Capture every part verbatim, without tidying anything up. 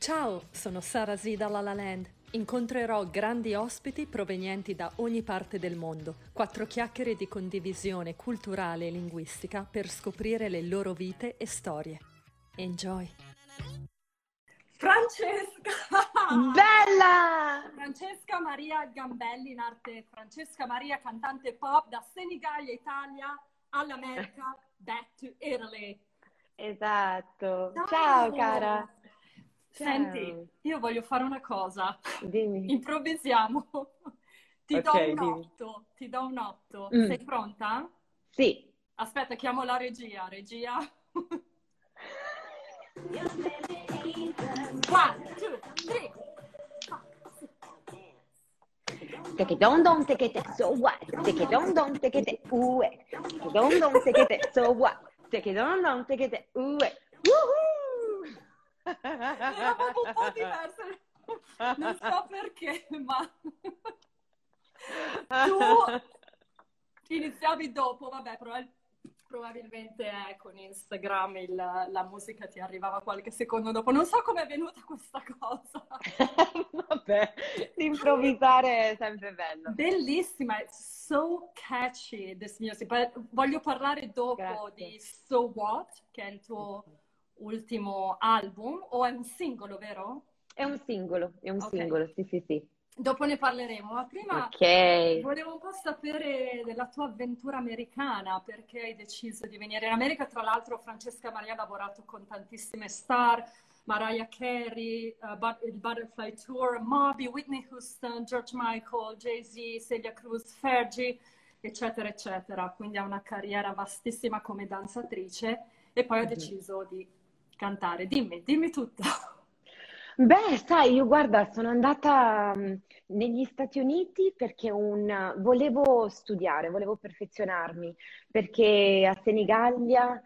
Ciao, sono Sara Z da La La Land. Incontrerò grandi ospiti provenienti da ogni parte del mondo. Quattro chiacchiere di condivisione culturale e linguistica per scoprire le loro vite e storie. Enjoy! Francesca! Bella! Francesca Maria Gambelli, in arte Francesca Maria, cantante pop da Senigallia, Italia, all'America, back to Italy. Esatto. Ciao! Ciao cara. Senti, Ciao. io voglio fare una cosa. Dimmi. Improvvisiamo. Ti do Ok, un dimmi. otto. Ti do un otto. Sei Mm, pronta? sì. Aspetta, chiamo la regia. Regia. One, two, three. Take it don don, take it so what? Take it don don, take it ooh. Take it don don, take it so what? Take it don don, take it ooh. Woohoo! Era proprio un po' diversa. Non so perché, ma tu iniziavi dopo, vabbè, probabilmente. Probabilmente eh, con Instagram il- la musica ti arrivava qualche secondo dopo. Non so come è venuta questa cosa. Vabbè, improvvisare è sempre bello. Bellissima, it's so catchy this music. But voglio parlare dopo Grazie. di So What, che è il tuo ultimo album, o è un singolo, vero? È un singolo, è un Ok. singolo, sì, sì, sì. Dopo ne parleremo, ma prima Ok. volevo un po' sapere della tua avventura americana, perché hai deciso di venire in America. Tra l'altro Francesca Maria ha lavorato con tantissime star, Mariah Carey, uh, But- il Butterfly Tour, Moby, Whitney Houston, George Michael, Jay-Z, Celia Cruz, Fergie, eccetera, eccetera. Quindi ha una carriera vastissima come danzatrice e poi ha Mhm. deciso di cantare. Dimmi, dimmi tutto. Beh, sai, io guarda, sono andata mh, negli Stati Uniti perché un, volevo studiare, volevo perfezionarmi, perché a Senigallia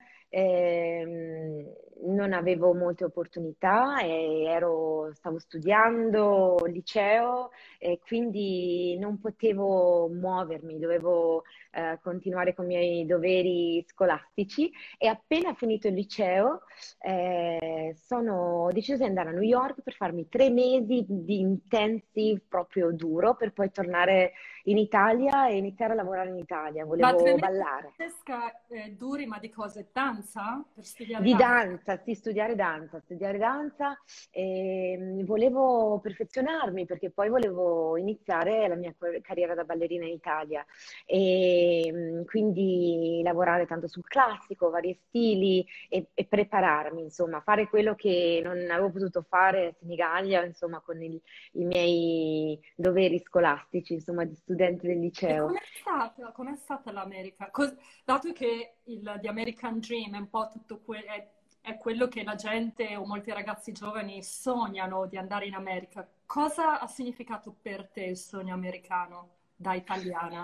ehm, non avevo molte opportunità e ero, stavo studiando al liceo e quindi non potevo muovermi, dovevo eh, continuare con i miei doveri scolastici e appena finito il liceo eh, sono, ho deciso di andare a New York per farmi tre mesi di intensi proprio duro per poi tornare in Italia e iniziare a lavorare in Italia. Ma tre Volevo mesi ballare. Francesca, eh, duri, ma di cosa? Danza? Per studiare Di danza? danza, sì, studiare danza, studiare danza e mm, volevo perfezionarmi perché poi volevo iniziare la mia car- carriera da ballerina in Italia e mm, quindi lavorare tanto sul classico, vari stili e, e prepararmi, insomma, fare quello che non avevo potuto fare a Senigallia, insomma, con il- i miei doveri scolastici, insomma, di studente del E liceo. com'è stata, com'è stata l'America? Cos- dato che il The American Dream è un po' tutto que- è, è quello che la gente o molti ragazzi giovani sognano di andare in America, cosa ha significato per te il sogno americano da italiana?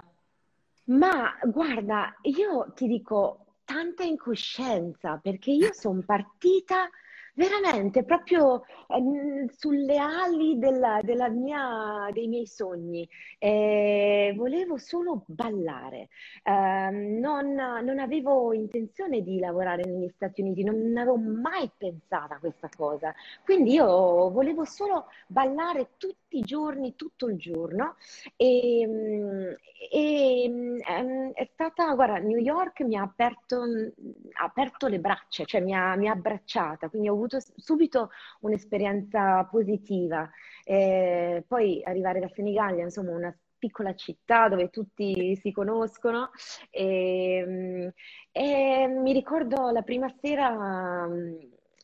Ma guarda, io ti dico tanta incoscienza perché io sono partita veramente proprio ehm, sulle ali della, della mia, dei miei sogni. Eh, volevo solo ballare. Ehm, non, non avevo intenzione di lavorare negli Stati Uniti, non avevo mai pensato a questa cosa. Quindi io volevo solo ballare tutti i giorni, tutto il giorno. E, mm, e, mm, ehm, è stata, guarda, New York mi ha aperto, mm, ha aperto le braccia, cioè mi ha, mi ha abbracciata, quindi ho avuto s- subito un'esperienza positiva. Eh, poi arrivare da Senigallia, insomma, una piccola città dove tutti si conoscono e, mm, e mi ricordo la prima sera, mm,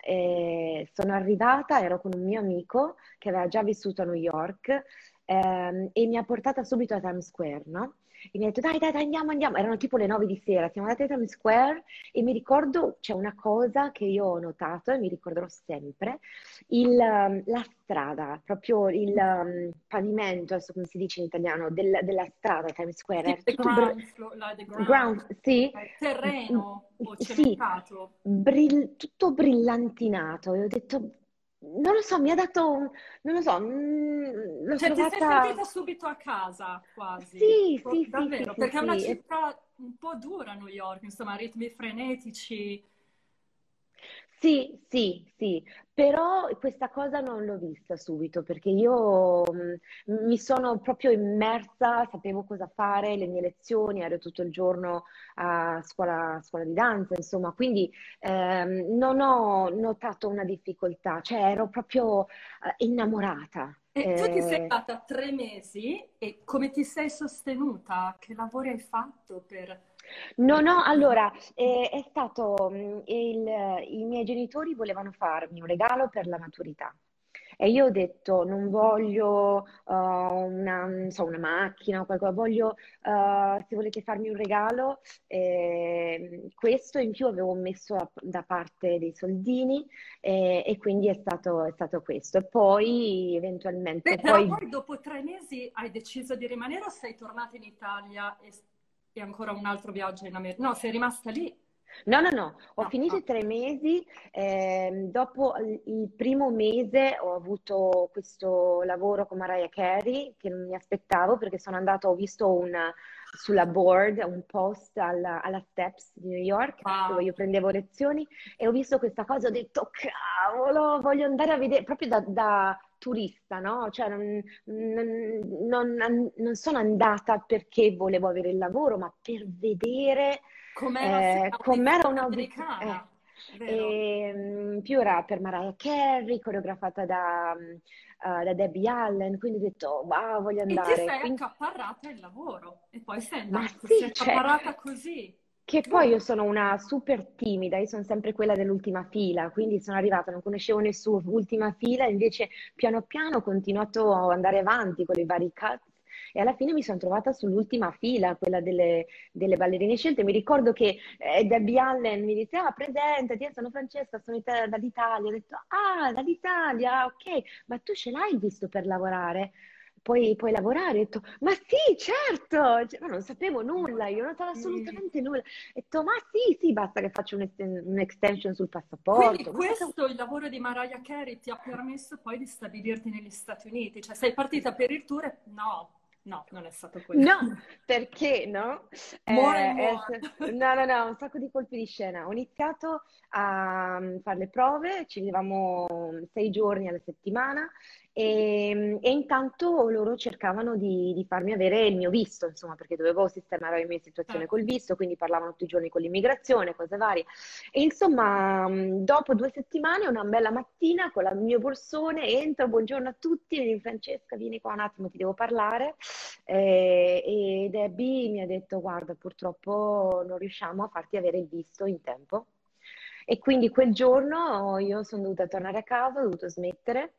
eh, sono arrivata, ero con un mio amico che aveva già vissuto a New York ehm, e mi ha portata subito a Times Square, no? E mi ha detto dai, dai, dai, andiamo, andiamo. Erano tipo le nove di sera, siamo andati a Times Square e mi ricordo, c'è una cosa che io ho notato e mi ricorderò sempre, il, um, la strada, proprio il um, pavimento, adesso come si dice in italiano, del- della strada a Times Square, Sì, era the tutto br- ground, floor, la- the ground, ground, sì, eh, Mm, terreno o sì, cementato. brill- tutto brillantinato. E ho detto, non lo so, mi ha dato un, non lo so, mm, l'ho Cioè, ti sei trovata... sentita subito a casa, quasi. Sì, Po- sì, sì, sì, Davvero, sì, perché è una sì. E città un po' dura, New York, insomma, ritmi frenetici. sì, sì, sì, Però questa cosa non l'ho vista subito perché io mh, mi sono proprio immersa, sapevo cosa fare, le mie lezioni, ero tutto il giorno a scuola, scuola di danza, insomma, quindi ehm, non ho notato una difficoltà, cioè ero proprio eh, innamorata. E tu ti sei Eh, stata tre mesi e come ti sei sostenuta? Che lavori hai fatto per... No, per... no, allora eh, è stato mh, il, i miei genitori volevano farmi un regalo per la maturità e io ho detto non voglio uh, una, non so, una macchina o qualcosa, voglio uh, se volete farmi un regalo, eh, questo in più avevo messo a- da parte dei soldini eh, e quindi è stato, è stato questo. E poi Beh, eventualmente però poi poi dopo tre mesi hai deciso di rimanere o sei tornata in Italia e, e ancora un altro viaggio in America? No, sei rimasta lì. no, no, no, ho No, finito no. i tre mesi, ehm, dopo il il primo mese ho avuto questo lavoro con Mariah Carey che non mi aspettavo perché sono andata, ho visto una, sulla board un post alla, alla Steps di New York dove Wow. io prendevo lezioni e ho visto questa cosa, ho detto cavolo, voglio andare a vedere proprio da, da turista, no? Cioè non, non- non- non sono andata perché volevo avere il lavoro, ma per vedere Com'era sì, eh, com'era l'audizione un'audizione. americana, vero? E, mm, più era per Mariah Carey, coreografata da, mm, eh, da Debbie Allen, quindi ho detto wow, voglio E ti andare. sei Quindi- accaparrata il lavoro e poi sei ma andata, ti sei sì, cioè, accaparrata così. che poi Boom. io sono una super timida, io sono sempre quella dell'ultima fila, quindi sono arrivata, non conoscevo nessuno, ultima fila, invece piano piano ho continuato ad andare avanti con i vari cuts e alla fine mi sono trovata sull'ultima fila, quella delle, delle ballerine scelte. Mi ricordo che eh, Debbie Allen mi disse, ah, presentati, io sono Francesca, sono ita- dall'Italia. Ho detto, ah, dall'Italia, ok, ma tu ce l'hai il visto per lavorare? Puoi, puoi lavorare? Ho detto, ma sì, certo! Cioè, ma non sapevo nulla, io non sapevo Sì. assolutamente nulla. Ho detto, ma sì, sì, basta che faccio un esten- un'extension sul Quindi passaporto. Non sapevo. questo, il lavoro di Mariah Carey, ti ha permesso poi di stabilirti negli Stati Uniti? Cioè sei partita per il tour? e- No, no, non è stato quello. No, perché no? More and Eh, è more. s- no, no, no, un sacco di colpi di scena. Ho iniziato a mm, fare le prove, ci vedevamo mm, sei giorni alla settimana e, e intanto loro cercavano di, di farmi avere il mio visto, insomma, perché dovevo sistemare la mia situazione Certo. col visto, quindi parlavano tutti i giorni con l'immigrazione, cose varie. E insomma, mm, dopo due settimane, una bella mattina con il mio borsone, entro, buongiorno a tutti, mi dice, Francesca, vieni qua un attimo, ti devo parlare. Eh, e Debbie mi ha detto: Guarda, purtroppo non riusciamo a farti avere il visto in tempo. E quindi quel giorno io sono dovuta tornare a casa, ho dovuto smettere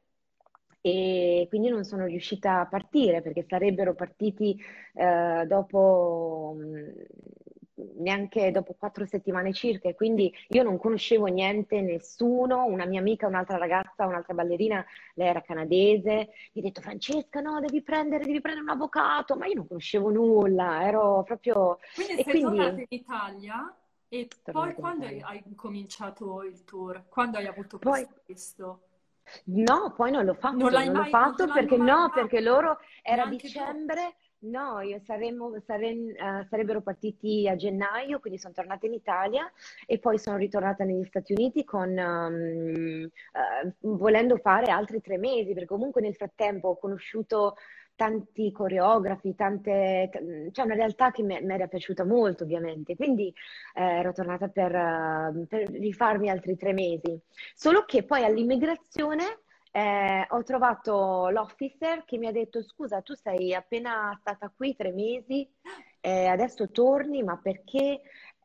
e quindi non sono riuscita a partire perché sarebbero partiti eh, dopo mh, neanche dopo quattro settimane circa. E Sì. quindi io non conoscevo niente, nessuno, una mia amica, un'altra ragazza, un'altra ballerina, lei era canadese, mi ha detto Francesca, no, devi prendere, devi prendere un avvocato, ma io non conoscevo nulla, ero proprio. Quindi E sei tornata quindi in Italia e poi tornata in quando hai Italia. hai cominciato il tour? Quando hai avuto Poi questo visto? no, poi non l'ho Non fatto, l'hai non l'ho mai, non te fatto l'hanno perché mai no, perché dato? loro era Neanche dopo? dicembre, no, io saremmo, sarem- eh, sarebbero partiti a gennaio, quindi sono tornata in Italia e poi sono ritornata negli Stati Uniti con, ehm, eh, volendo fare altri tre mesi, perché comunque nel frattempo ho conosciuto tanti coreografi, tante, t- cioè una realtà che mi mi era piaciuta molto ovviamente, quindi eh, ero tornata per, eh, per rifarmi altri tre mesi. Solo che poi all'immigrazione eh, ho trovato l'officer che mi ha detto: Scusa, tu sei appena stata qui tre mesi, eh, adesso torni, ma perché?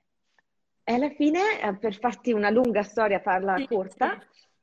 E alla fine, eh, per farti una lunga storia, farla Sì, corta, sì.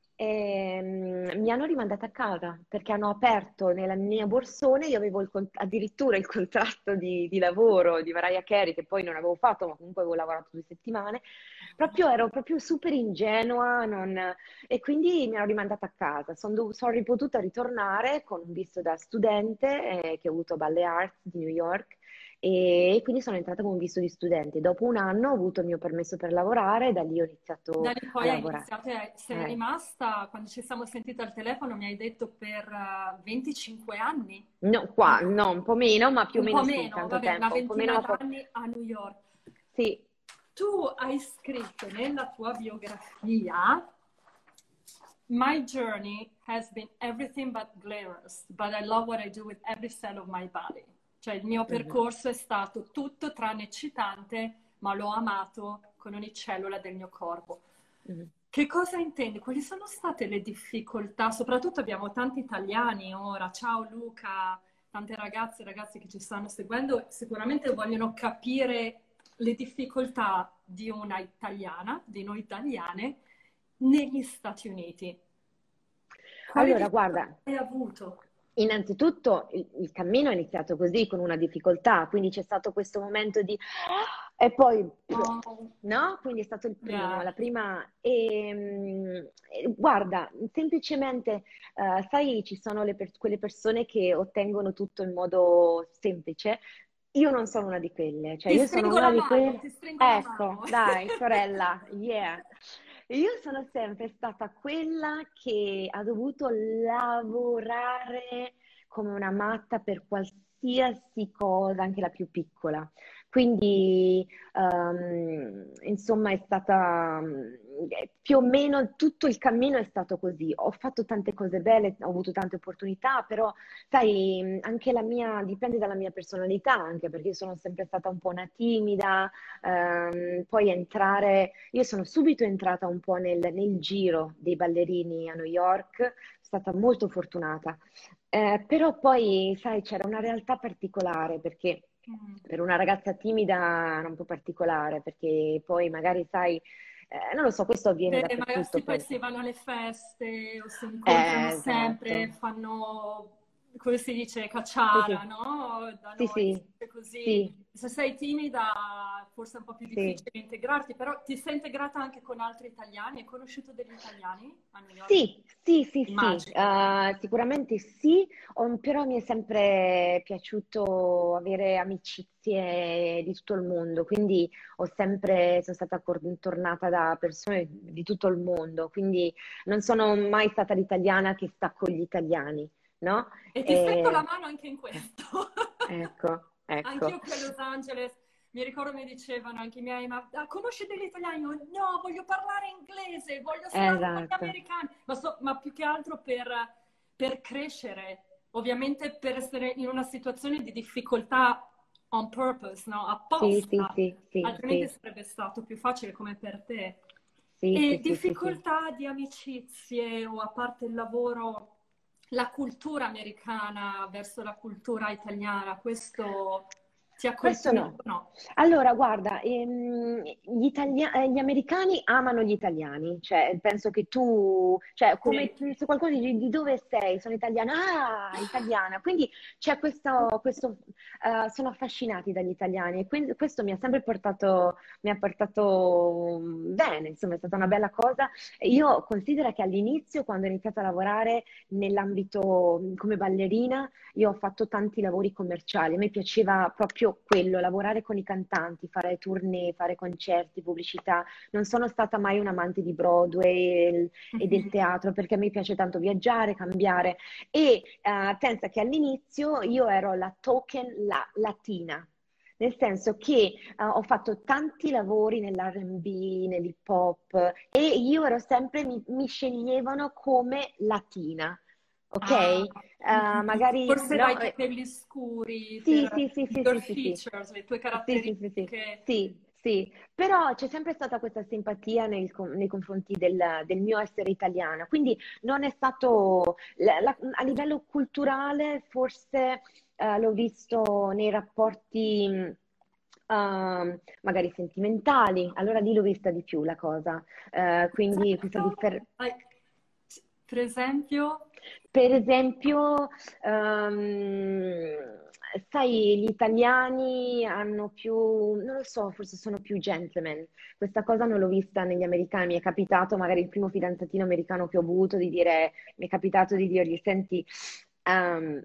ehm, mi hanno rimandata a casa perché hanno aperto nella mia borsone, io avevo il con- addirittura il contratto di, di lavoro di Mariah Carey, che poi non avevo fatto, ma comunque avevo lavorato due settimane. Proprio, ero proprio super ingenua, non- e quindi mi hanno rimandata a casa. Sono, dov- sono ripotuta ritornare con un visto da studente, eh, che ho avuto a Ballet Arts di New York e quindi sono entrata con un visto di studente. Dopo un anno ho avuto il mio permesso per lavorare e da lì ho Da iniziato lì a poi hai lavorare. iniziato e sei Eh, rimasta, quando ci siamo sentite al telefono, mi hai detto per eh, venticinque anni. no, qua, no, un po' meno, ma più o Un po' meno sì, meno, tanto vabbè, una tempo, un po' meno, ventina ma po- d'anni a New York. sì. Tu hai scritto nella tua biografia my journey has been everything but glamorous, but I love what I do with every cell of my body. Cioè il mio Mhm, percorso è stato tutto tranne eccitante, ma l'ho amato con ogni cellula del mio corpo. mhm. Che cosa intendi? Quali sono state le difficoltà? Soprattutto abbiamo tanti italiani ora. Ciao Luca, tante ragazze e ragazzi che ci stanno seguendo, sicuramente vogliono capire le difficoltà di una italiana, di noi italiane, negli Stati Uniti. Quali Allora, difficoltà guarda, hai avuto? innanzitutto il, il cammino è iniziato così, con una difficoltà, quindi c'è stato questo momento di... E poi, Oh, no? Quindi è stato il primo, yeah. la prima... E, mm, e guarda, semplicemente, eh, sai, ci sono le per- quelle persone che ottengono tutto in modo semplice. Io non sono una di quelle, cioè Ti io sono stringo una la di mano, quelle... ti stringo la Ecco, mano. dai, sorella, yeah. Io sono sempre stata quella che ha dovuto lavorare come una matta per qualsiasi cosa, anche la più piccola. Quindi, ehm, insomma, è stata eh, più o meno tutto il cammino è stato così. Ho fatto tante cose belle, ho avuto tante opportunità, però, sai, anche la mia, dipende dalla mia personalità, anche perché io sono sempre stata un po' una timida, ehm, poi entrare, io sono subito entrata un po' nel, nel giro dei ballerini a New York, sono stata molto fortunata. Eh, però poi, sai, c'era una realtà particolare perché Mm. per una ragazza timida era un po' particolare perché poi magari, sai, eh, non lo so, questo avviene Beh, dappertutto, magari poi penso. si vanno alle feste o si incontrano Eh, sempre, esatto. fanno, come si dice, Sì, cacciara, sì, no? Da sì, noi si sì, dice così. sì, Se sei timida, forse è un po' più sì. difficile integrarti, però ti sei integrata anche con altri italiani? Hai conosciuto degli italiani a New York? Sì, sì, sì, sì, Immagino. eh, sicuramente sì, ho- però mi è sempre piaciuto avere amicizie di tutto il mondo, quindi ho sempre, sono stata tornata da persone di tutto il mondo, quindi non sono mai stata l'italiana che sta con gli italiani, no? E ti stendo la E- mano anche in eh, questo. ecco, ecco, Anch'io qui a Los Angeles, mi ricordo mi dicevano anche i miei, ma ah, conosci degli italiani? Io, no, voglio parlare inglese, voglio stare con gli esatto, americani, ma, so- ma più che altro per, per crescere, ovviamente per essere in una situazione di difficoltà on purpose, no? sì, sì, Apposta, sì, sì, altrimenti sì, sarebbe stato più facile come per te. sì, sì, E sì, sì, sì. difficoltà di amicizie o a parte il lavoro, la cultura americana verso la cultura italiana, questo ti ha Questo colpito? no. No. Allora, guarda, ehm, gli italia- eh, gli americani amano gli italiani, cioè penso che tu, cioè come Sì. se qualcuno dice di dove sei, sono italiana, ah, italiana, quindi c'è questo, questo eh, sono affascinati dagli italiani e quindi questo mi ha sempre portato, mi ha portato mm, bene, insomma è stata una bella cosa. E io considero che all'inizio, quando ho iniziato a lavorare nell'ambito mm, come ballerina, io ho fatto tanti lavori commerciali, a me piaceva proprio quello, lavorare con i cantanti, fare tournée, fare concerti, pubblicità. Non sono stata mai un amante di Broadway e, e del Mhm. teatro perché a me piace tanto viaggiare, cambiare. E eh, pensa che all'inizio io ero la token la- latina. Nel senso che eh, ho fatto tanti lavori nell'R and B, nell'hip hop e io ero sempre, mi, mi sceglievano come latina, ok? Ah, Eh, mhm. magari Forse no, dai eh, capelli scuri sì, per sì, sì, i sì, your sì, sì, sì, features, le tue sì, sì, sì, sì, caratteristiche. sì, sì. Però c'è sempre stata questa simpatia nei, con- nei confronti del, del mio essere italiana, quindi non è stato, la- la- a livello culturale forse eh, l'ho visto nei rapporti mh, ehm, magari sentimentali, allora lì l'ho vista di più la cosa. Eh, quindi questa Esempio, differenza. like, per esempio, Per esempio, ehm, sai, gli italiani hanno più, non lo so, forse sono più gentleman. Questa cosa non l'ho vista negli americani. Mi è capitato, magari il primo fidanzatino americano che ho avuto, di dire, mi è capitato di dirgli, senti, ehm,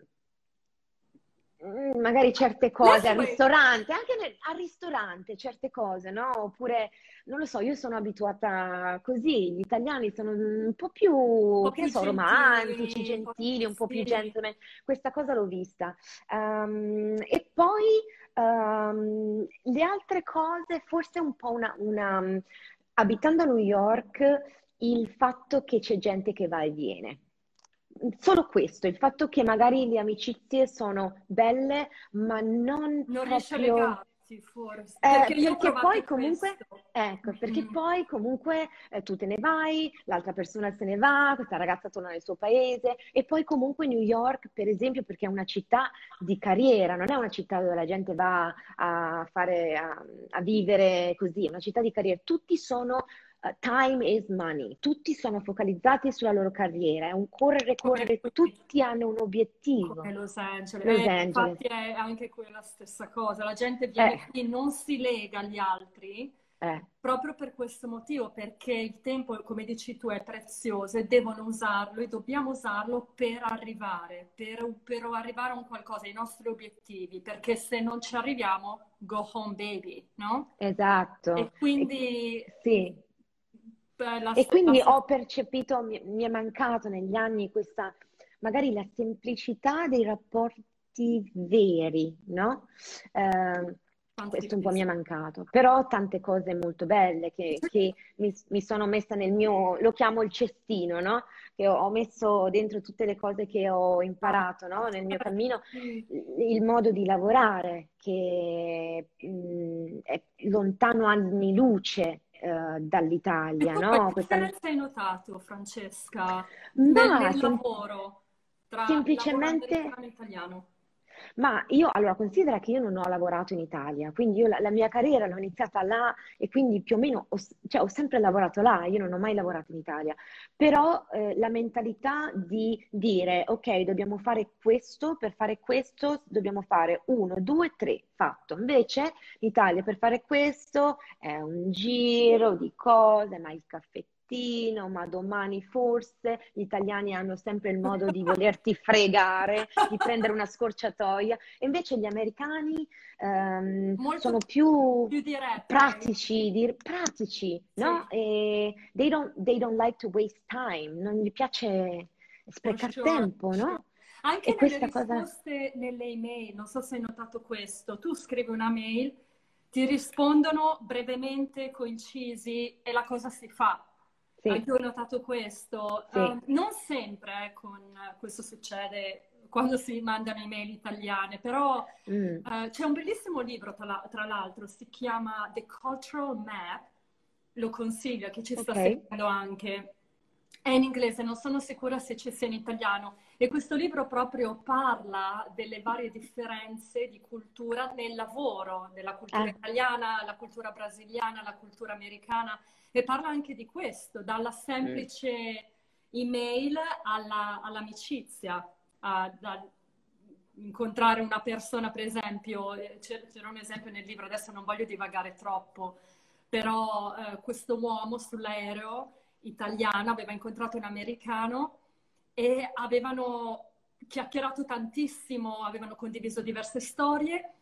Mm, magari certe cose let's al wait, ristorante, anche nel- al ristorante, certe cose, no? Oppure, non lo so, io sono abituata così, gli italiani sono un po' un più, po' che ne più so, romantici, gentili, un po' gentili, più un po' più sì. gentleman, questa cosa l'ho vista. Ehm, e poi ehm, le altre cose, forse un po' una, una- abitando a New York. il fatto che c'è gente che va e viene. Solo questo, il fatto che magari le amicizie sono belle, ma non Non riesci a proprio... legarti, forse, perché eh, io ho perché poi provato comunque, questo. ecco, perché Mhm. poi comunque eh, tu te ne vai, l'altra persona se ne va, questa ragazza torna nel suo paese e poi comunque New York, per esempio, perché è una città di carriera, non è una città dove la gente va a fare, a, a vivere così, è una città di carriera. Tutti sono, eh, time is money, tutti sono focalizzati sulla loro carriera, è un correre, Come correre, qui. tutti hanno un Come obiettivo. Los Angeles. Los Eh, Angeles, infatti è anche quella stessa cosa. La gente eh, viene qui, non si lega agli altri eh, proprio per questo motivo, perché il tempo, come dici tu, è prezioso e devono usarlo e dobbiamo usarlo per arrivare, per, per arrivare a un qualcosa, ai nostri obiettivi, perché se non ci arriviamo, go home baby, no? E esatto. E- quindi sì. beh, la, E la quindi ho percepito, mi, mi è mancato negli anni questa, magari la semplicità dei rapporti veri, no? Eh, quanto è questo un po' mi è difficile. mancato, però tante cose molto belle che, che mi, mi sono messa nel mio, lo chiamo il cestino, no? Che ho, ho messo dentro tutte le cose che ho Ah, imparato, no? Nel mio certo, cammino, sì. il modo di lavorare che mh, è lontano anni luce eh, E dall'Italia, tu che no? Questa differenza hai notato, Francesca, nel, ma nel sem- lavoro, tra il lavoro semplicemente americano e italiano? ma io, allora, considera che io non ho lavorato in Italia, quindi io la, la mia carriera l'ho iniziata là e quindi più o meno ho, s- cioè, ho sempre lavorato là, io non ho mai lavorato in Italia. Però eh, la mentalità di dire, ok, dobbiamo fare questo, per fare questo dobbiamo fare uno, due, tre, fatto. Invece in Italia per fare questo è un giro di cose, ma il caffettino, ma domani forse gli italiani hanno sempre il modo di volerti fregare, di prendere una scorciatoia, e invece gli americani ehm, Molto sono più più diretti, pratici, di- pratici, no? sì, E they don't, they don't like to waste time, non gli piace for sprecare sure, tempo, for sure. no? Anche E nelle questa cosa, risposte nelle email, non so se hai notato questo, tu scrivi una mail, ti rispondono brevemente, coincisi e la cosa si fa. sì, Anche io ho notato questo. sì, Um, non sempre eh, con, questo succede quando si mandano email italiane, però mm, eh, c'è un bellissimo libro, tra, la- tra l'altro, si chiama The Cultural Map, lo consiglio a chi ci sta ok, seguendo anche. È in inglese, non sono sicura se ci sia in italiano. E questo libro proprio parla delle varie differenze di cultura nel lavoro, della cultura ah, italiana, la cultura brasiliana, la cultura americana, e parla anche di questo, dalla mm, semplice email alla- all'amicizia, a, da incontrare una persona, per esempio, eh, c'è- c'era un esempio nel libro, adesso non voglio divagare troppo, però eh, questo uomo sull'aereo italiano aveva incontrato un americano e avevano chiacchierato tantissimo, avevano condiviso diverse storie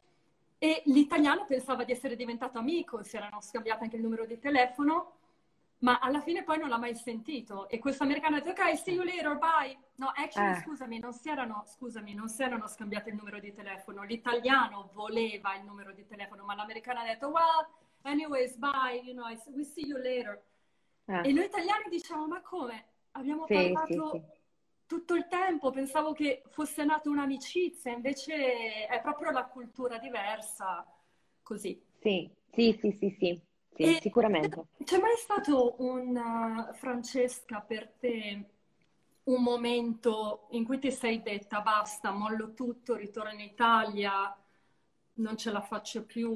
e l'italiano pensava di essere diventato amico, si erano scambiati anche il numero di telefono, ma alla fine poi non l'ha mai sentito. E questo americano ha detto, ok, see you later, bye. No, actually, ah, scusami, non si erano, scusami, non si erano scambiati il numero di telefono. L'italiano voleva il numero di telefono, ma l'americano ha detto, well, anyways, bye, you know, we see you later. ah, E noi italiani diciamo, ma come? Abbiamo sì, sì, parlato sì. tutto il tempo, pensavo che fosse nata un'amicizia, invece è proprio la cultura diversa, così. Sì, sì, sì, sì, sì, sì, E sicuramente. c'è mai stato un, uh, Francesca, per te, un momento in cui ti sei detta basta, mollo tutto, ritorno in Italia, non ce la faccio più,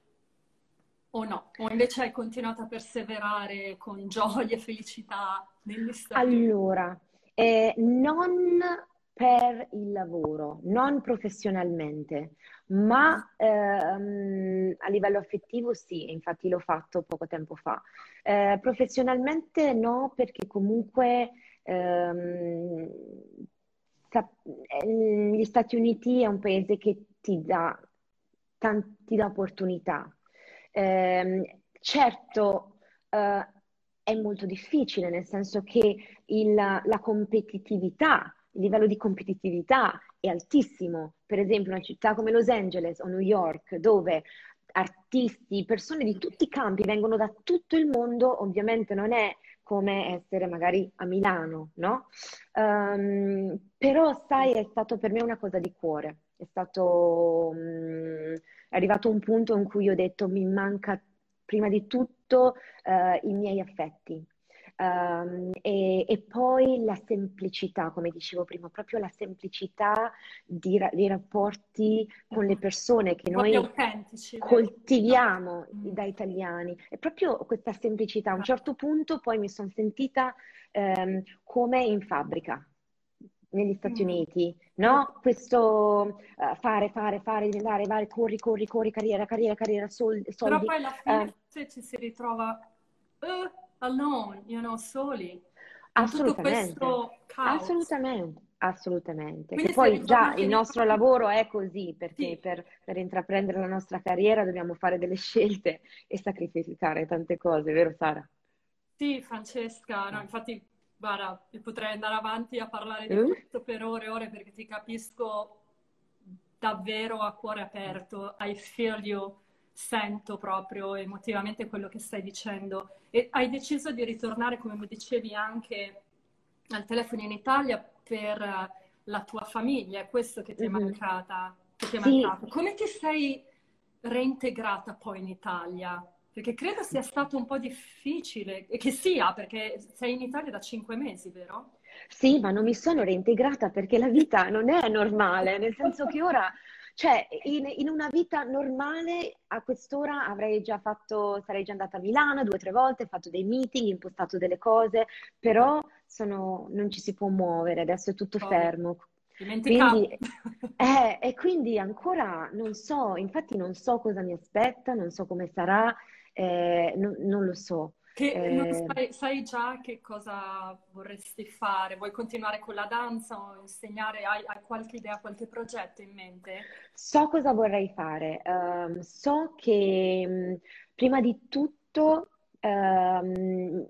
o no? O invece hai continuato a perseverare con gioia e felicità negli Stati Uniti? Allora, eh, non per il lavoro, non professionalmente, ma ehm, a livello affettivo sì, infatti l'ho fatto poco tempo fa. Eh, professionalmente no, perché comunque ehm, sa- eh, gli Stati Uniti è un paese che ti dà tanti da opportunità. Ehm, certo, eh, è molto difficile, nel senso che il- la competitività, il livello di competitività è altissimo. Per esempio, una città come Los Angeles o New York, dove artisti, persone di tutti i campi vengono da tutto il mondo, ovviamente non è come essere magari a Milano, no? Ehm, però, sai, è stato per me una cosa di cuore. È stato, mm, è arrivato un punto in cui ho detto mi manca prima di tutto eh, i miei affetti. Ehm, e, e poi la semplicità, come dicevo prima, proprio la semplicità di ra- dei rapporti con le persone che Un po' più noi autentici, vero? coltiviamo Mm. da italiani. È proprio questa semplicità. A un certo punto poi mi sono sentita ehm, come in fabbrica negli Stati Mm. Uniti, Io- no? Questo eh, fare, fare, fare, diventare, vai, corri, corri, corri, carriera, carriera, carriera, sol- Però soldi. poi alla fine Eh, forse ci si ritrova eh, alone, you know, soli, in tutto assolutamente, questo caos. assolutamente, assolutamente. Che Quindi sei poi già ritornata il in nostro Italia? lavoro è così, perché Sì, per, per intraprendere la nostra carriera dobbiamo fare delle scelte e sacrificare tante cose, vero Sara? sì, Francesca, no, infatti, guarda, io potrei andare avanti a parlare di Mm? questo per ore e ore perché ti capisco davvero a cuore aperto. I feel you, sento proprio emotivamente quello che stai dicendo. E hai deciso di ritornare, come mi dicevi, anche al telefono in Italia per eh, la tua famiglia, è questo che ti è Mhm. mancata, che ti è Sì, mancato. Come ti sei reintegrata poi in Italia? Perché credo sia stato un po' difficile, e che sia, perché sei in Italia da cinque mesi, vero? sì, ma non mi sono reintegrata perché la vita non è normale, nel senso che ora, cioè, in, in una vita normale a quest'ora avrei già fatto, sarei già andata a Milano due o tre volte, fatto dei meeting, impostato delle cose, però sono, non ci si può muovere, adesso è tutto Covid. fermo. Dimenticavo. Quindi, eh, e quindi ancora non so, infatti non so cosa mi aspetta, non so come sarà, eh, non, non lo so. Che non Eh, sai, sai già che cosa vorresti fare? Vuoi continuare con la danza o insegnare? Hai, hai qualche idea, qualche progetto in mente? So cosa vorrei fare. Ehm, so che mh, prima di tutto ehm,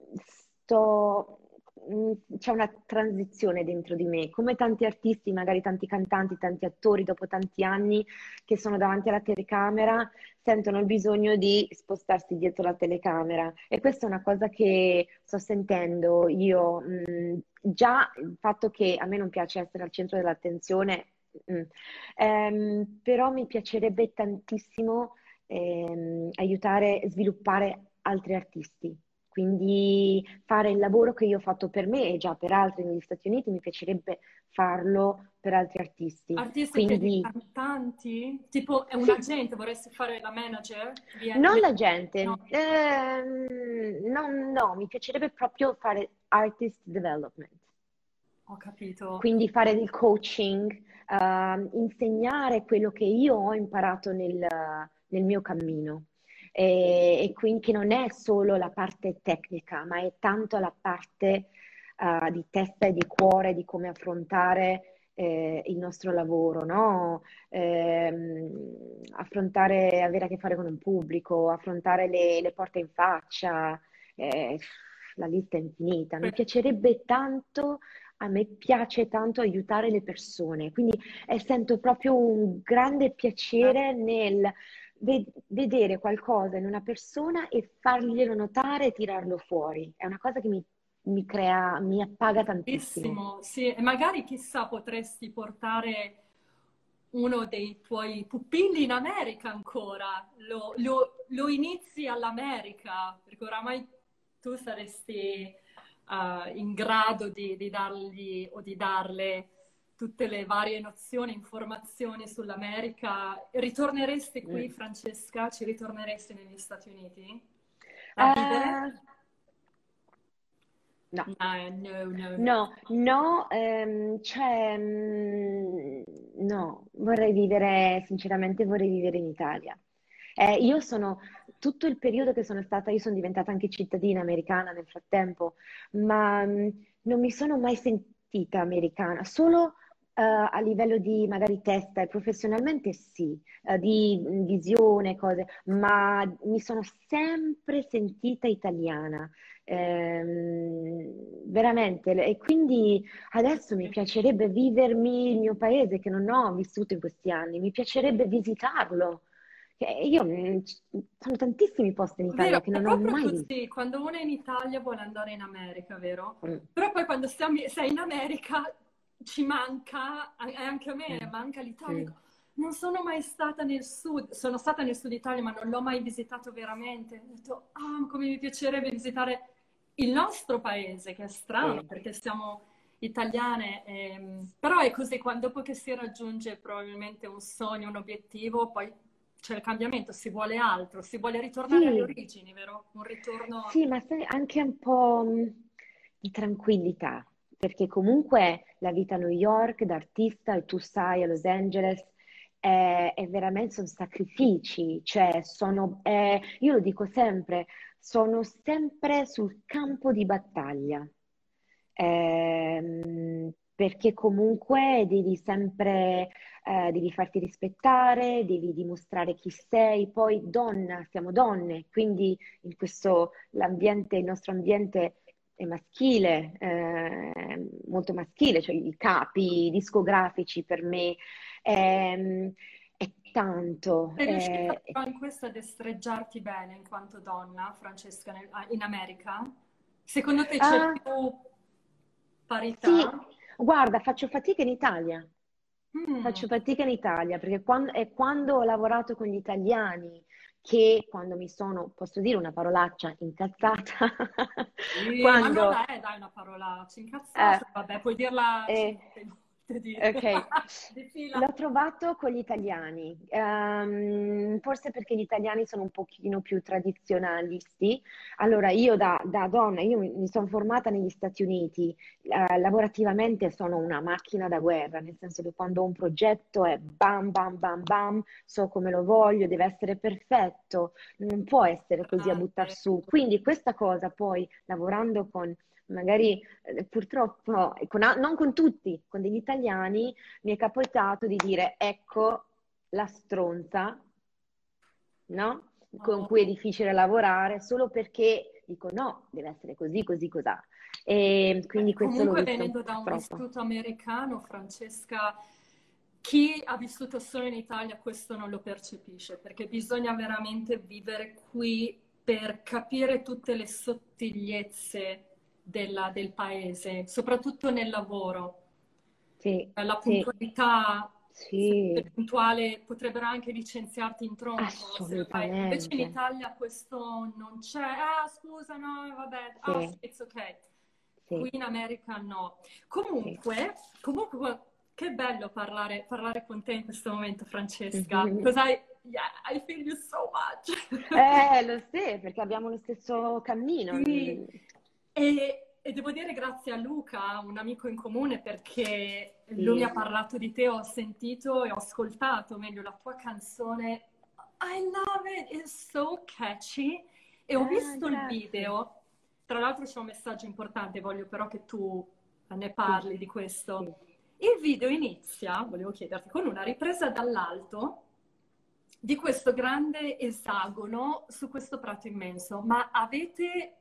sto, mh, c'è una transizione dentro di me, come tanti artisti, magari tanti cantanti, tanti attori, dopo tanti anni che sono davanti alla telecamera, sentono il bisogno di spostarsi dietro la telecamera. E questa è una cosa che sto sentendo io. Mh, già il fatto che a me non piace essere al centro dell'attenzione. mm, Ehm, però mi piacerebbe tantissimo ehm, aiutare e sviluppare altri artisti. Quindi fare il lavoro che io ho fatto per me e già per altri negli Stati Uniti, mi piacerebbe farlo per altri artisti. Artisti intendi Quindi cantanti? Tipo è un sì, agente, vorresti fare la manager? Di- non di- la no, gente, ehm, no, no, mi piacerebbe proprio fare artist development. ho capito. Quindi fare il coaching, ehm, insegnare quello che io ho imparato nel, nel mio cammino. E, e quindi che non è solo la parte tecnica, ma è tanto la parte eh, di testa e di cuore, di come affrontare eh, il nostro lavoro, no? Ehm, affrontare, avere a che fare con un pubblico, affrontare le, le porte in faccia, eh, la lista è infinita. Mi piacerebbe tanto, a me piace tanto aiutare le persone, quindi eh, sento proprio un grande piacere nel ve- vedere qualcosa in una persona e farglielo notare e tirarlo fuori. È una cosa che mi, mi crea, mi appaga tantissimo. Bellissimo, sì, e magari chissà potresti portare uno dei tuoi pupilli in America ancora, lo, lo- lo inizi all'America, perché oramai tu saresti eh, in grado di, di dargli o di darle tutte le varie nozioni, informazioni sull'America. Ritorneresti qui, Mm. Francesca? Ci ritorneresti negli Stati Uniti a vivere? Eh, no. No, no, no, no. No, no, ehm, cioè, mm, no, vorrei vivere, sinceramente vorrei vivere in Italia. Eh, io sono, tutto il periodo che sono stata, io sono diventata anche cittadina americana nel frattempo, ma mm, non mi sono mai sentita americana, solo eh, a livello di magari testa e professionalmente sì, eh, di mm, visione, cose, ma mi sono sempre sentita italiana. Ehm, veramente, e quindi adesso mi piacerebbe vivermi il mio paese che non ho vissuto in questi anni, mi piacerebbe visitarlo, che io, mm, ci sono tantissimi posti in Vero, Italia che è non ho proprio mai visto. così, quando uno è in Italia vuole andare in America, vero? Mm, Però poi quando stiamo- sei in America ci manca, e anche a me mm, manca l'Italia. mm. Dico, non sono mai stata nel sud, sono stata nel sud Italia, ma non l'ho mai visitato veramente. Ho detto, ah, come mi piacerebbe visitare il nostro paese, che è strano Sì. perché siamo italiane, ehm, però è così, quando, dopo che si raggiunge probabilmente un sogno, un obiettivo, poi c'è il cambiamento, si vuole altro, si vuole ritornare alle Sì, origini, vero? Un ritorno... sì, ma sai, anche un po' mh, di tranquillità, perché comunque la vita a New York da artista, e tu sai, a Los Angeles, è, è veramente, sono sacrifici, cioè sono, è- io lo dico sempre, sono sempre sul campo di battaglia. Ehm, perché comunque devi sempre, eh, devi farti rispettare, devi dimostrare chi sei, poi donna, siamo donne, quindi in questo l'ambiente, il nostro ambiente è maschile, eh, molto maschile, cioè i capi discografici per me ehm, è tanto. Sei riuscita eh, però in questo a destreggiarti bene in quanto donna, Francesca, nel- ah, in America? Secondo te c'è ah, più sì, parità? guarda, faccio fatica in Italia. Mm. Faccio fatica in Italia perché quando, è quando ho lavorato con gli italiani che quando mi sono, posso dire una parolaccia, incazzata, Sì, ma non quando è, dai, una parolaccia, eh, incazzata, vabbè, puoi dirla eh, cinque volte di, ok, di fila. l'ho trovato con gli italiani, Ehm, forse perché gli italiani sono un pochino più tradizionalisti. Allora, io da, da donna, io mi, mi sono formata negli Stati Uniti, eh, lavorativamente sono una macchina da guerra, nel senso che quando ho un progetto è bam, bam, bam, bam, so come lo voglio, deve essere perfetto, non può essere così a buttar Grande. su. Quindi questa cosa poi, lavorando con magari eh, purtroppo, con a- non con tutti, con degli italiani, mi è capitato di dire, ecco la stronza, no? Con Oh. cui è difficile lavorare, solo perché dico no, deve essere così, così, cos'ha. E quindi Eh, questo l'ho Comunque, visto venendo da un purtroppo. vissuto americano, Francesca, chi ha vissuto solo in Italia questo non lo percepisce, perché bisogna veramente vivere qui per capire tutte le sottigliezze della- del paese, soprattutto nel lavoro. Sì, Eh, La sì, puntualità, se non sei sì, puntuale, potrebbero anche licenziarti in tronco se lo fai. Invece in assolutamente. Italia questo non c'è. Ah, scusa, no, vabbè, ah, sì, Sì, it's ok. Qui sì, in America no. sì. Comunque, comunque, che bello parlare, parlare con te in questo momento, Francesca, because I, yeah, I feel you so much. Eh, lo sai, perché abbiamo lo stesso cammino. Sì, e, e devo dire grazie a Luca, un amico in comune, perché lui mi ha Sì. parlato di te, ho sentito e ho ascoltato meglio la tua canzone. I love it, it's so catchy. E ho Ah, visto il grazie. video, tra l'altro c'è un messaggio importante, voglio però che tu ne Sì, parli di questo. sì. Il video inizia, volevo chiederti, con una ripresa dall'alto di questo grande esagono su questo prato immenso. Ma avete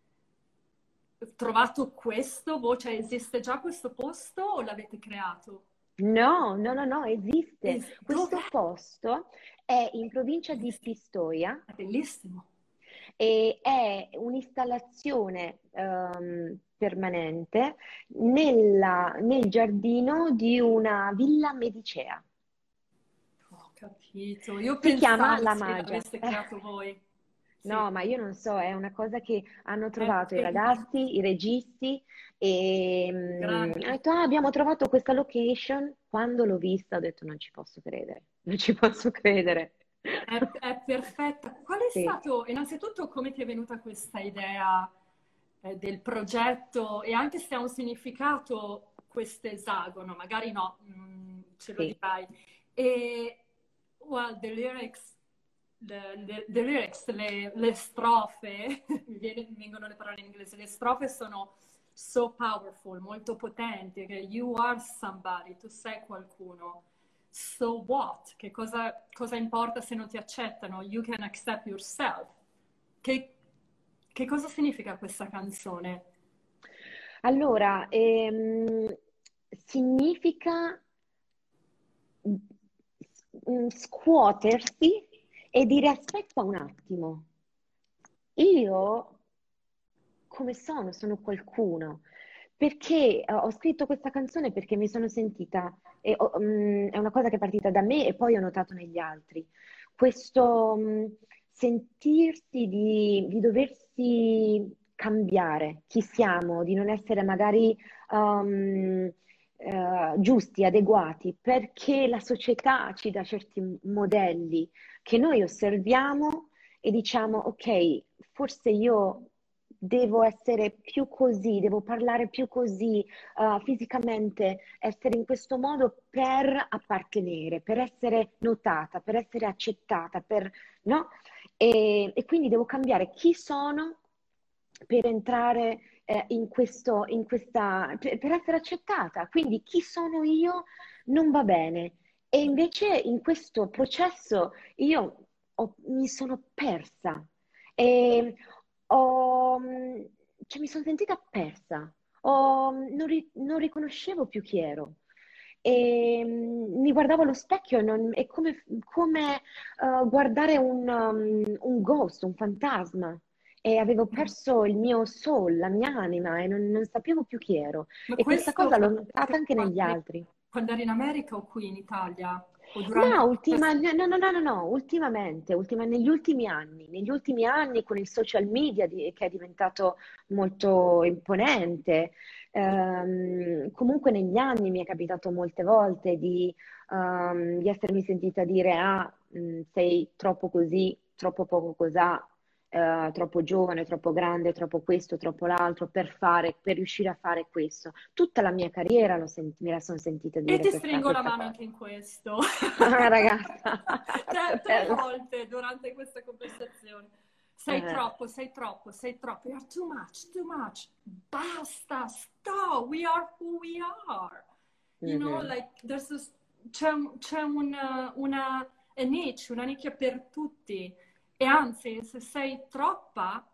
trovato questo? Voi, cioè, esiste già questo posto o l'avete creato? No, no, no, no, esiste. Es- Questo dov'è? posto è in provincia di Bellissimo. Pistoia È bellissimo. e è un'installazione ehm, permanente nella- nel giardino di una villa medicea. Ho capito. Io Si chiama pensavo La se Magia. l'aveste creato voi. Sì. No, ma io non so, è una cosa che hanno È trovato i bellissimo. ragazzi, i registi, e mm, Grande. hanno detto, "Ah, abbiamo trovato questa location." Quando l'ho vista ho detto, non ci posso credere, non ci posso credere. È, è perfetta. Qual è Sì, stato, innanzitutto, come ti è venuta questa idea eh, del progetto e anche se ha un significato questo esagono? Magari no, mm, ce lo sì, dirai. E, well, the lyrics, the, the- the lyrics, le, le strofe, mi viene- mi vengono le parole in inglese, le strofe sono so powerful, molto potenti, che you are somebody, tu sei qualcuno. So what? Che cosa, cosa importa se non ti accettano? You can accept yourself. Che, che cosa significa questa canzone? allora, ehm, significa mm, scuotersi e dire aspetta un attimo, io come sono? Sono qualcuno. Perché eh, ho scritto questa canzone perché mi sono sentita, e ho- mm, è una cosa che è partita da me e poi ho notato negli altri, questo mm, sentirsi di, di doversi cambiare chi siamo, di non essere magari um, eh, giusti, adeguati, perché la società ci dà certi modelli che noi osserviamo e diciamo, ok, forse io devo essere più così, devo parlare più così, uh, fisicamente, essere in questo modo per appartenere, per essere notata, per essere accettata, per, no? E, e quindi devo cambiare chi sono per entrare eh, in questo, in questa, per, per essere accettata. Quindi chi sono io non va bene. E invece in questo processo io ho- mi sono persa e ho, cioè, mi sono sentita persa. Ho- non, ri- non riconoscevo più chi ero. E mm, mi guardavo allo specchio e non- è come, come, eh, guardare un, um, un ghost, un fantasma. E avevo perso il mio soul, la mia anima e non, non sapevo più chi ero. Ma E questa questo cosa l'ho quando notata anche quando negli eri, altri. quando eri in America o qui in Italia? O durante No, il ultima, processo? no, no, no, no, no, ultimamente, ultima- negli ultimi anni, negli ultimi anni con il social media di- che è diventato molto imponente, ehm, comunque negli anni mi è capitato molte volte di, ehm, di essermi sentita dire, ah, mh, sei troppo così, troppo poco cosà, eh, troppo giovane, troppo grande, troppo questo, troppo l'altro per fare, per riuscire a fare questo. Tutta la mia carriera l'ho sent- me la sono sentita E dire ti questa, stringo la questa mano cosa. anche in questo. Ah, ragazza, che Tre, tre bella. volte durante questa conversazione. Sei Eh, troppo, sei troppo, sei troppo. You're too much, too much. Basta, stop. We are who we are. You know, mhm. like, there's this, c'è, un- c'è una, una a niche, una nicchia per tutti. E anzi, se sei troppa,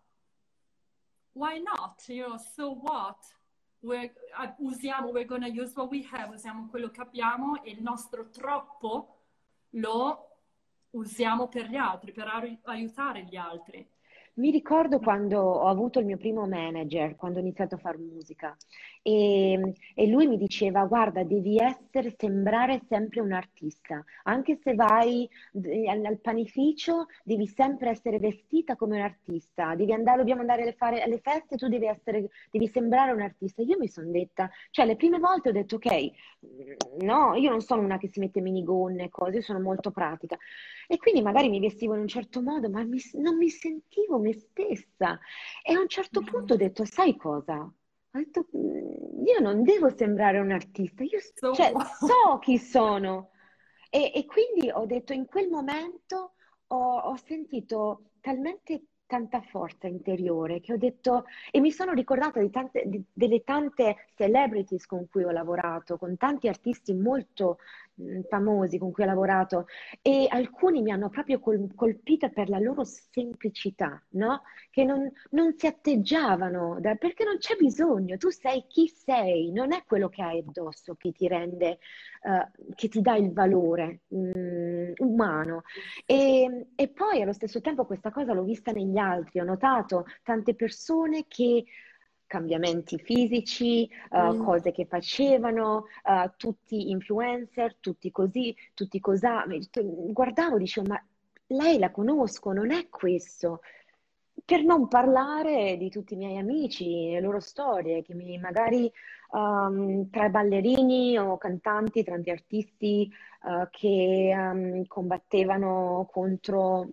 why not? You know, so what? We're, uh, usiamo, we're gonna use what we have, usiamo quello che abbiamo e il nostro troppo lo usiamo per gli altri, per ai- aiutare gli altri. Mi ricordo quando ho avuto il mio primo manager, quando ho iniziato a fare musica, e, e lui mi diceva: Guarda, devi essere, sembrare sempre un artista, anche se vai d- al, al panificio, devi sempre essere vestita come un artista, devi andare, dobbiamo andare a fare alle feste, tu devi essere, devi sembrare un artista. Io mi sono detta, cioè le prime volte ho detto: Ok, no, io non sono una che si mette minigonne e cose, io sono molto pratica. E quindi magari mi vestivo in un certo modo, ma mi- non mi sentivo me stessa. E a un certo punto ho Mhm. detto, sai cosa? Ho detto, "Mm, io non devo sembrare un artista, io s- So cioè, what? so chi sono. E, e quindi ho detto, in quel momento ho, ho sentito talmente tanta forza interiore che ho detto, e mi sono ricordata di tante, di- delle tante celebrities con cui ho lavorato, con tanti artisti molto mm, famosi con cui ho lavorato, e alcuni mi hanno proprio col- colpita per la loro semplicità, no? Che non, non si atteggiavano, da- perché non c'è bisogno, tu sei chi sei, non è quello che hai addosso che ti rende, eh, che ti dà il valore, mm, umano. E, e poi allo stesso tempo questa cosa l'ho vista negli altri, ho notato tante persone che cambiamenti fisici, eh, Mm. cose che facevano, eh, tutti influencer, tutti così, tutti cosà. Mi- Guardavo, dicevo, ma lei la conosco, non è questo. Per non parlare di tutti i miei amici, le loro storie, che mi, magari ehm, tra ballerini o cantanti, tanti artisti eh, che ehm, combattevano contro,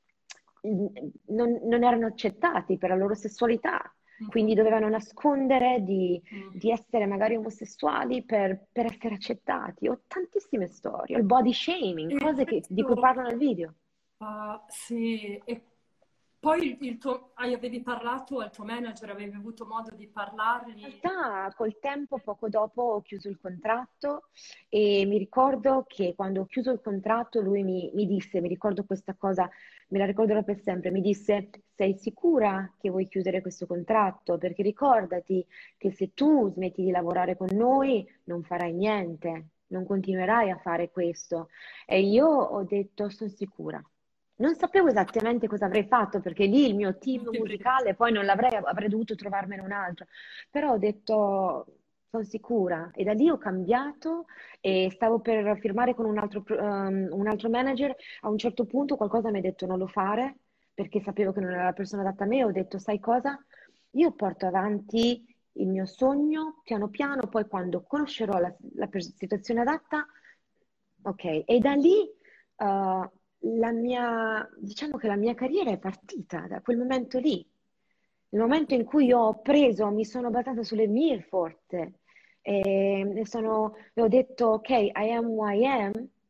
non, non erano accettati per la loro sessualità, quindi Mhm. dovevano nascondere di, Mm. di essere magari omosessuali per, per essere accettati. Ho tantissime storie, il body shaming, E cose che- di cui questo, parlo nel video. ah, sì, e poi il, il tuo, hai- avevi parlato al tuo manager, avevi avuto modo di In parlargli? realtà col tempo, poco dopo, ho chiuso il contratto e mi ricordo che quando ho chiuso il contratto lui mi, mi disse, mi ricordo questa cosa, me la ricorderò per sempre, mi disse, sei sicura che vuoi chiudere questo contratto? Perché ricordati che se tu smetti di lavorare con noi non farai niente, non continuerai a fare questo. E io ho detto, sono sicura. non sapevo esattamente cosa avrei fatto perché lì il mio team Non ti preoccupare. musicale poi non l'avrei, avrei dovuto trovarmene un altro, però ho detto sono sicura e da lì ho cambiato e stavo per firmare con un altro, pro- um, un altro manager, a un certo punto qualcosa mi ha detto non lo fare perché sapevo che non era la persona adatta a me, ho detto sai cosa? Io porto avanti il mio sogno piano piano, poi quando conoscerò la, la pers- situazione adatta, ok, e da lì uh, la mia, diciamo che la mia carriera è partita da quel momento lì. Il momento in cui io ho preso, mi sono basata sulle mie forze e, e sono, e ho detto ok, I am who I am,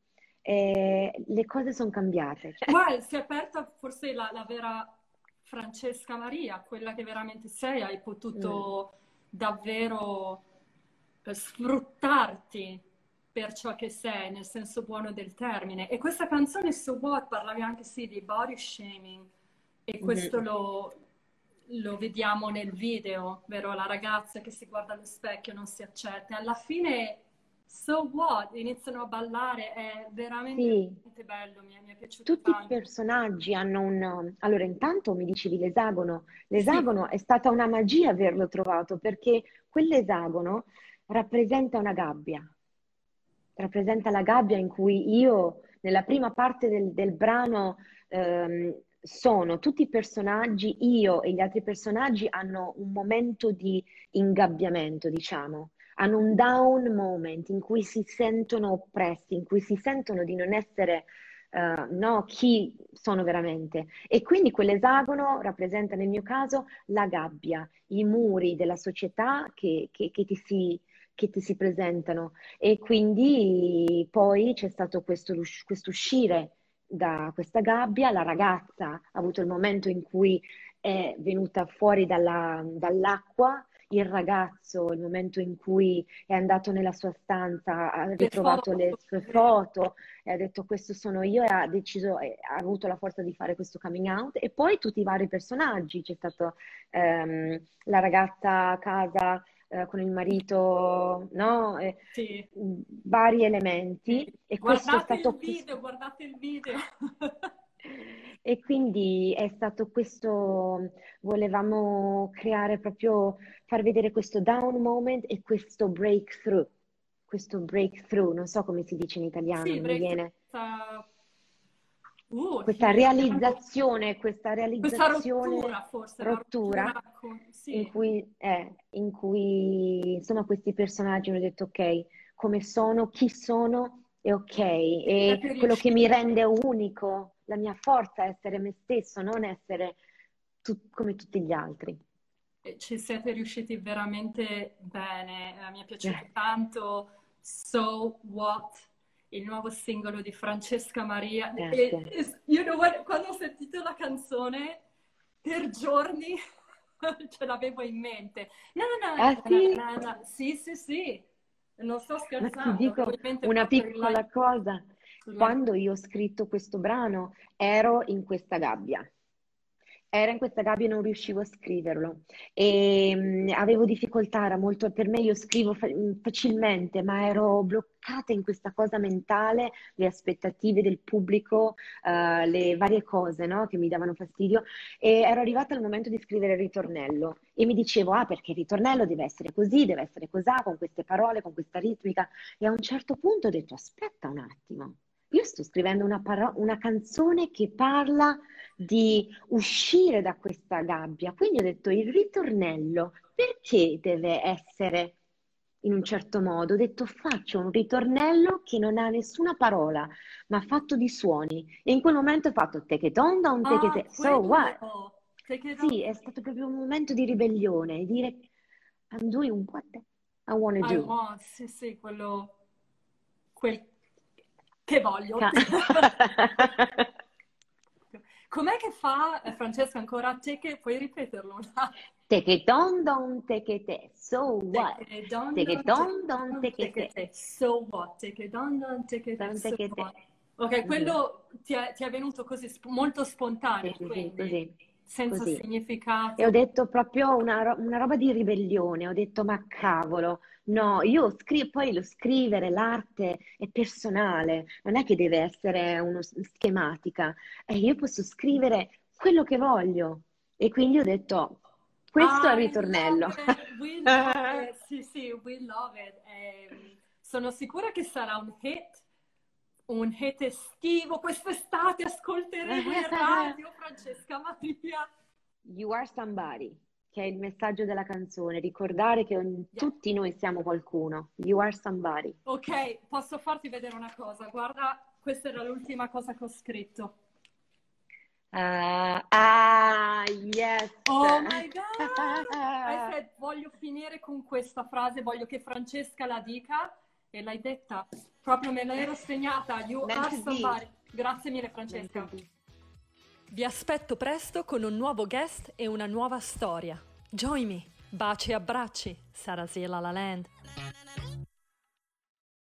e le cose sono cambiate. Guarda, si è aperta forse la, la vera Francesca Maria, quella che veramente sei, hai Mm, potuto davvero eh, sfruttarti per ciò che sei, nel senso buono del termine. E questa canzone, So What, parlavi anche sì di body shaming, e questo mhm. lo, lo vediamo nel video, vero? La ragazza che si guarda allo specchio e non si accetta. Alla fine, so what? Iniziano a ballare, è veramente, Sì, veramente bello, mi è, mi è piaciuto tutti i tanto. personaggi hanno un... Allora, intanto mi dicevi l'esagono. Sì, L'esagono è stata una magia averlo trovato perché quell'esagono rappresenta una gabbia. Rappresenta la gabbia in cui io, nella prima parte del, del brano, ehm, sono tutti i personaggi, io e gli altri personaggi hanno un momento di ingabbiamento, diciamo. Hanno un down moment in cui si sentono oppressi, in cui si sentono di non essere, eh, no, chi sono veramente. E quindi quell'esagono rappresenta nel mio caso la gabbia, i muri della società che, che- che ti si, che ti si presentano. E quindi poi c'è stato questo, questo uscire da questa gabbia, la ragazza ha avuto il momento in cui è venuta fuori dalla- dall'acqua, il ragazzo il momento in cui è andato nella sua stanza, ha le ritrovato le foto, sue vero? foto e ha detto questo sono io e ha deciso, e ha avuto la forza di fare questo coming out e poi tutti i vari personaggi, c'è stato ehm, la ragazza a casa eh, con il marito, no? E, Sì, mh, vari sì. elementi e questo è Guardate il stato video, questo. guardate il video. E quindi è stato questo, volevamo creare proprio, far vedere questo down moment e questo breakthrough, questo breakthrough, non so come si dice in italiano, Sì, non mi breakthrough, viene, questa, uh, questa in italiano, realizzazione, questa questa realizzazione, rottura, forse, la rottura rottura con, in sì, cui, eh, in cui insomma questi personaggi hanno detto ok, come sono, chi sono e ok, e siete quello che riusciti. mi rende unico, la mia forza è essere me stesso, non essere tu- come tutti gli altri. Eh, Ci siete riusciti veramente bene, eh, mi è piaciuto Eh, tanto. So What, il nuovo singolo di Francesca Maria. E, grazie. e- you know what, quando ho sentito la canzone, per giorni ce l'avevo in mente. No, no, Ah no, no, sì? no, no, no. Sì, sì, sì, non sto Ma ti scherzando, avevo dico in mente una proprio il piccola live cosa. sulla... Quando io ho scritto questo brano, ero in questa gabbia. Era in questa gabbia e non riuscivo a scriverlo. E, mh, avevo difficoltà, era molto, per me io scrivo fa- mh, facilmente, ma ero bloccata in questa cosa mentale, le aspettative del pubblico, eh, le varie cose, no, che mi davano fastidio. E ero arrivata al momento di scrivere il ritornello e mi dicevo, ah, perché il ritornello deve essere così, deve essere cosà, con queste parole, con questa ritmica. E a un certo punto ho detto, aspetta un attimo, io sto scrivendo una, paro- una canzone che parla di uscire da questa gabbia. Quindi ho detto, il ritornello, perché deve essere in un certo modo? Ho detto, faccio un ritornello che non ha nessuna parola, ma fatto di suoni. E in quel momento ho fatto take it on down, take Ah, it, so what? quello! Take it on. Sì, è stato proprio un momento di ribellione, dire I'm doing what I want to I do. want, sì, sì, quello, quel che voglio. Ca- Com'è che fa, eh, Francesca, ancora te che puoi ripeterlo? Take it on down, take it, so Take what? it down, Take it down, take on it down, down, take take it, it, take. So what? Take it down, down, take it, take. don't So take it. what? Ok, Mhm. quello ti è, ti è venuto così, sp- molto Sì, spontaneo, sì, sì, quindi, così, senza così. E ho significato. detto proprio una, ro- una roba di ribellione, ho detto ma cavolo, No, io scrivo, poi lo scrivere, l'arte è personale, non è che deve essere uno s- schematica. E io posso scrivere quello che voglio. E quindi ho detto, questo è il I love ritornello. it, we love it, sì sì, we love it. Ehm, sono sicura che sarà un hit, un hit estivo. Quest'estate ascolteremo in radio Francesca Maria. You are somebody, che è il messaggio della canzone, ricordare che ogni- Yeah. tutti noi siamo qualcuno. You are somebody. Ok, posso farti vedere una cosa? Guarda, questa era l'ultima cosa che ho scritto. Ah, ah, yes. Oh my God! I said, voglio finire con questa frase, voglio che Francesca la dica e l'hai detta. Proprio me l'ero segnata. You Meant are to be. somebody. Grazie mille, Meant to Francesca. be. Vi aspetto presto con un nuovo guest e una nuova storia. Join me. Baci e abbracci. Sarasiela La Land.